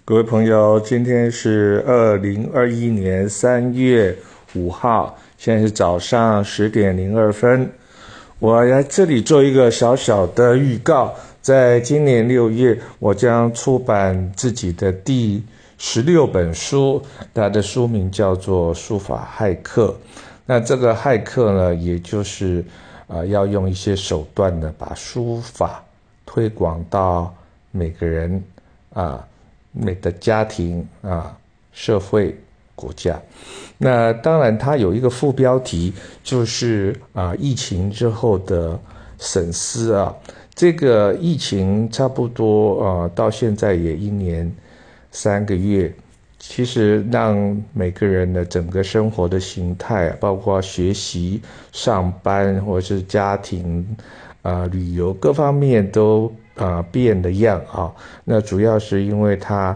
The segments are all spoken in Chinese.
各位朋友，今天是2021年3月5号，现在是早上10点02分。我来这里做一个小小的预告，在今年6月，我将出版自己的第16本书，它的书名叫做《书法骇客》。那这个骇客呢，也就是要用一些手段呢，把书法推广到每个人每个家庭社会国家。那当然它有一个副标题，就是疫情之后的审思这个疫情差不多到现在也1年3个月，其实让每个人的整个生活的形态，包括学习、上班或者是家庭旅游各方面都变了样那主要是因为它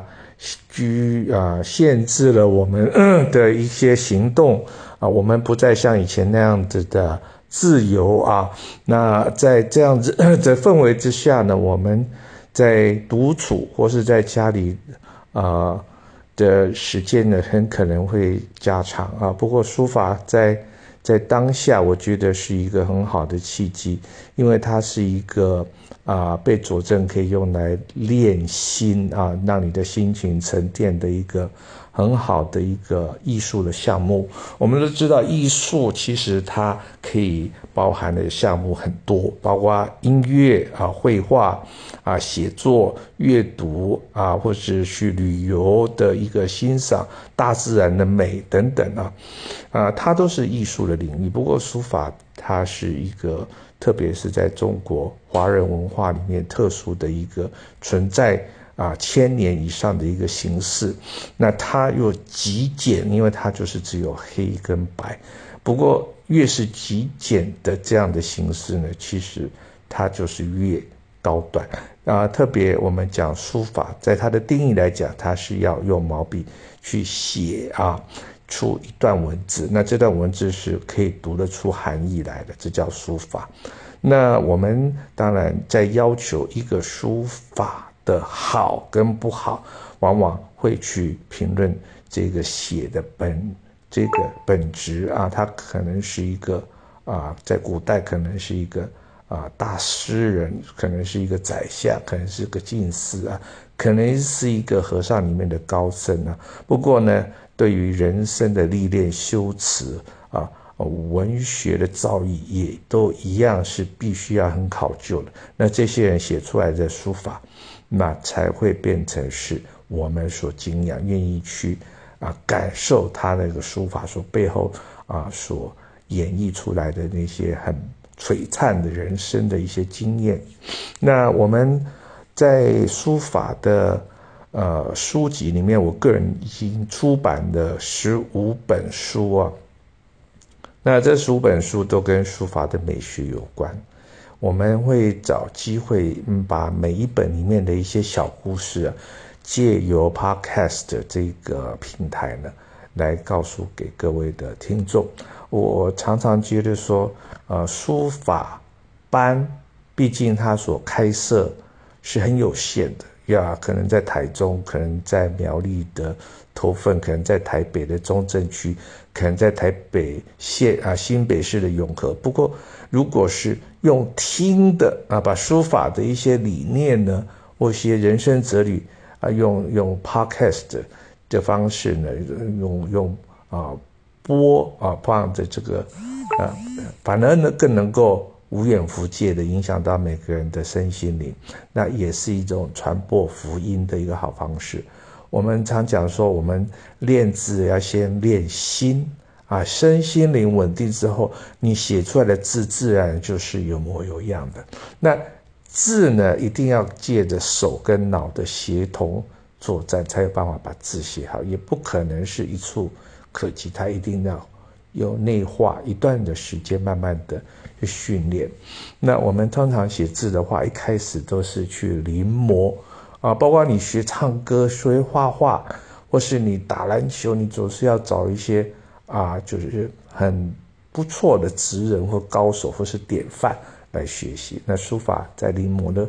限制了我们的一些行动我们不再像以前那样子的自由那在这样子的氛围之下呢，我们在独处或是在家里的时间呢，很可能会加长不过书法在当下，我觉得是一个很好的契机，因为它是一个被佐证可以用来练心让你的心情沉淀的一个很好的一个艺术的项目。我们都知道艺术其实它可以包含的项目很多，包括音乐绘画写作、阅读或者去旅游的一个欣赏大自然的美等等它都是艺术的领域。不过书法它是一个特别是在中国华人文化里面特殊的一个存在1000年以上的一个形式。那它又极简，因为它就是只有黑跟白。不过越是极简的这样的形式呢，其实它就是越高端特别我们讲书法，在它的定义来讲，它是要用毛笔去写出一段文字，那这段文字是可以读得出含义来的，这叫书法。那我们当然在要求一个书法的好跟不好，往往会去评论这个写的这个本质它可能是一个在古代可能是一个大诗人，可能是一个宰相，可能是个进士可能是一个和尚里面的高僧不过呢，对于人生的历练、修辞文学的造诣也都一样是必须要很考究的。那这些人写出来的书法，那才会变成是我们所敬仰、愿意去感受他那个书法所背后所演绎出来的那些很璀璨的人生的一些经验。那我们在书法的书籍里面，我个人已经出版的15本书那这15本书都跟书法的美学有关。我们会找机会把每一本里面的一些小故事借由 Podcast 这个平台呢，来告诉给各位的听众。我常常觉得说书法班毕竟它所开设是很有限的可能在台中，可能在苗栗的头份，可能在台北的中正区，可能在台北县新北市的永和。不过如果是用听的把书法的一些理念呢，或一些人生哲理用 podcast 的方式呢，用播放的这个反而呢更能够无远弗届的影响到每个人的身心灵，那也是一种传播福音的一个好方式。我们常讲说，我们练字要先练心身心灵稳定之后，你写出来的字自然就是有模有样的。那字呢，一定要借着手跟脑的协同作战，才有办法把字写好，也不可能是一触可及，它一定要有内化一段的时间，慢慢的去训练。那我们通常写字的话，一开始都是去临摹包括你学唱歌、学画画，或是你打篮球，你总是要找一些就是很不错的职人或高手或是典范来学习。那书法在临摹的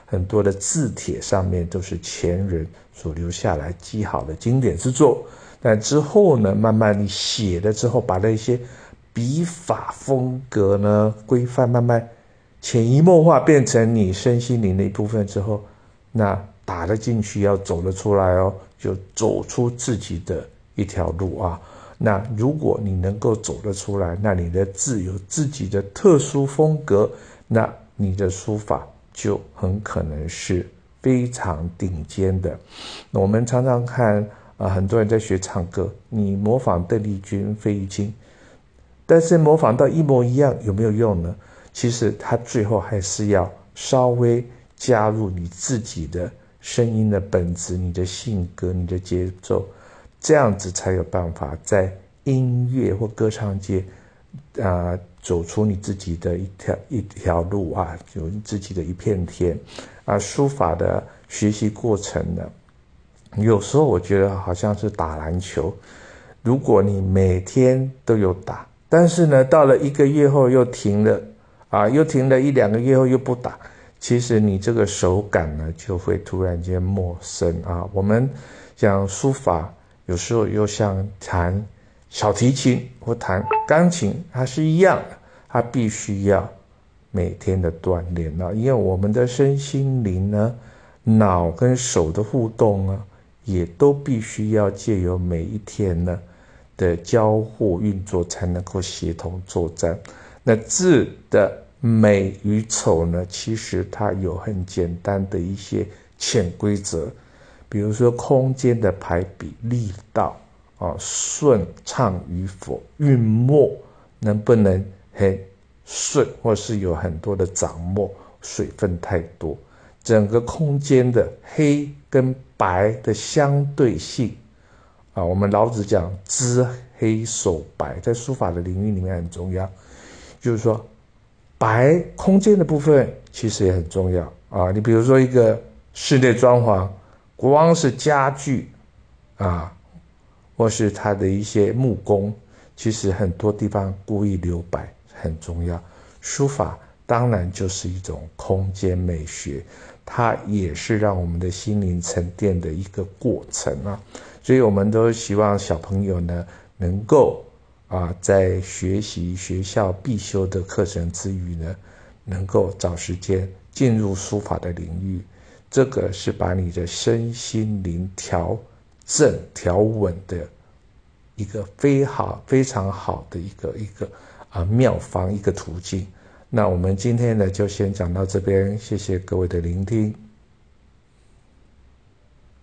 很多的字帖上面都是前人所留下来记好的经典之作。但之后呢，慢慢你写了之后，把那些笔法风格呢规范，慢慢潜移默化变成你身心灵的一部分之后，那打得进去要走得出来哦，就走出自己的一条路啊。那如果你能够走得出来，那你的字有自己的特殊风格，那你的书法就很可能是非常顶尖的。那我们常常看很多人在学唱歌，你模仿邓丽君、费玉清，但是模仿到一模一样有没有用呢？其实他最后还是要稍微加入你自己的声音的本质、你的性格、你的节奏，这样子才有办法在音乐或歌唱界走出你自己的一条路啊，有你自己的一片天啊。书法的学习过程呢，有时候我觉得好像是打篮球，如果你每天都有打，但是呢到了1个月后又停了又停了1-2个月后又不打，其实你这个手感呢就会突然间陌生啊。我们讲书法有时候又像弹小提琴或弹钢琴，它是一样的，它必须要每天的锻炼啊，因为我们的身心灵呢，脑跟手的互动呢，也都必须要借由每一天呢的交互运作才能够协同作战。那字的美与丑呢，其实它有很简单的一些潜规则，比如说空间的排比、力道顺畅与否，韵墨能不能很顺，或是有很多的掌墨，水分太多，整个空间的黑跟白的相对性我们老子讲知黑守白，在书法的领域里面很重要，就是说白空间的部分其实也很重要你比如说一个室内装潢，光是家具或是它的一些木工，其实很多地方故意留白很重要。书法当然就是一种空间美学，它也是让我们的心灵沉淀的一个过程所以我们都希望小朋友呢能够在学习学校必修的课程之余呢，能够找时间进入书法的领域，这个是把你的身心灵调正调稳的一个非常好的一个妙方，一个途径。那我们今天呢就先讲到这边，谢谢各位的聆听。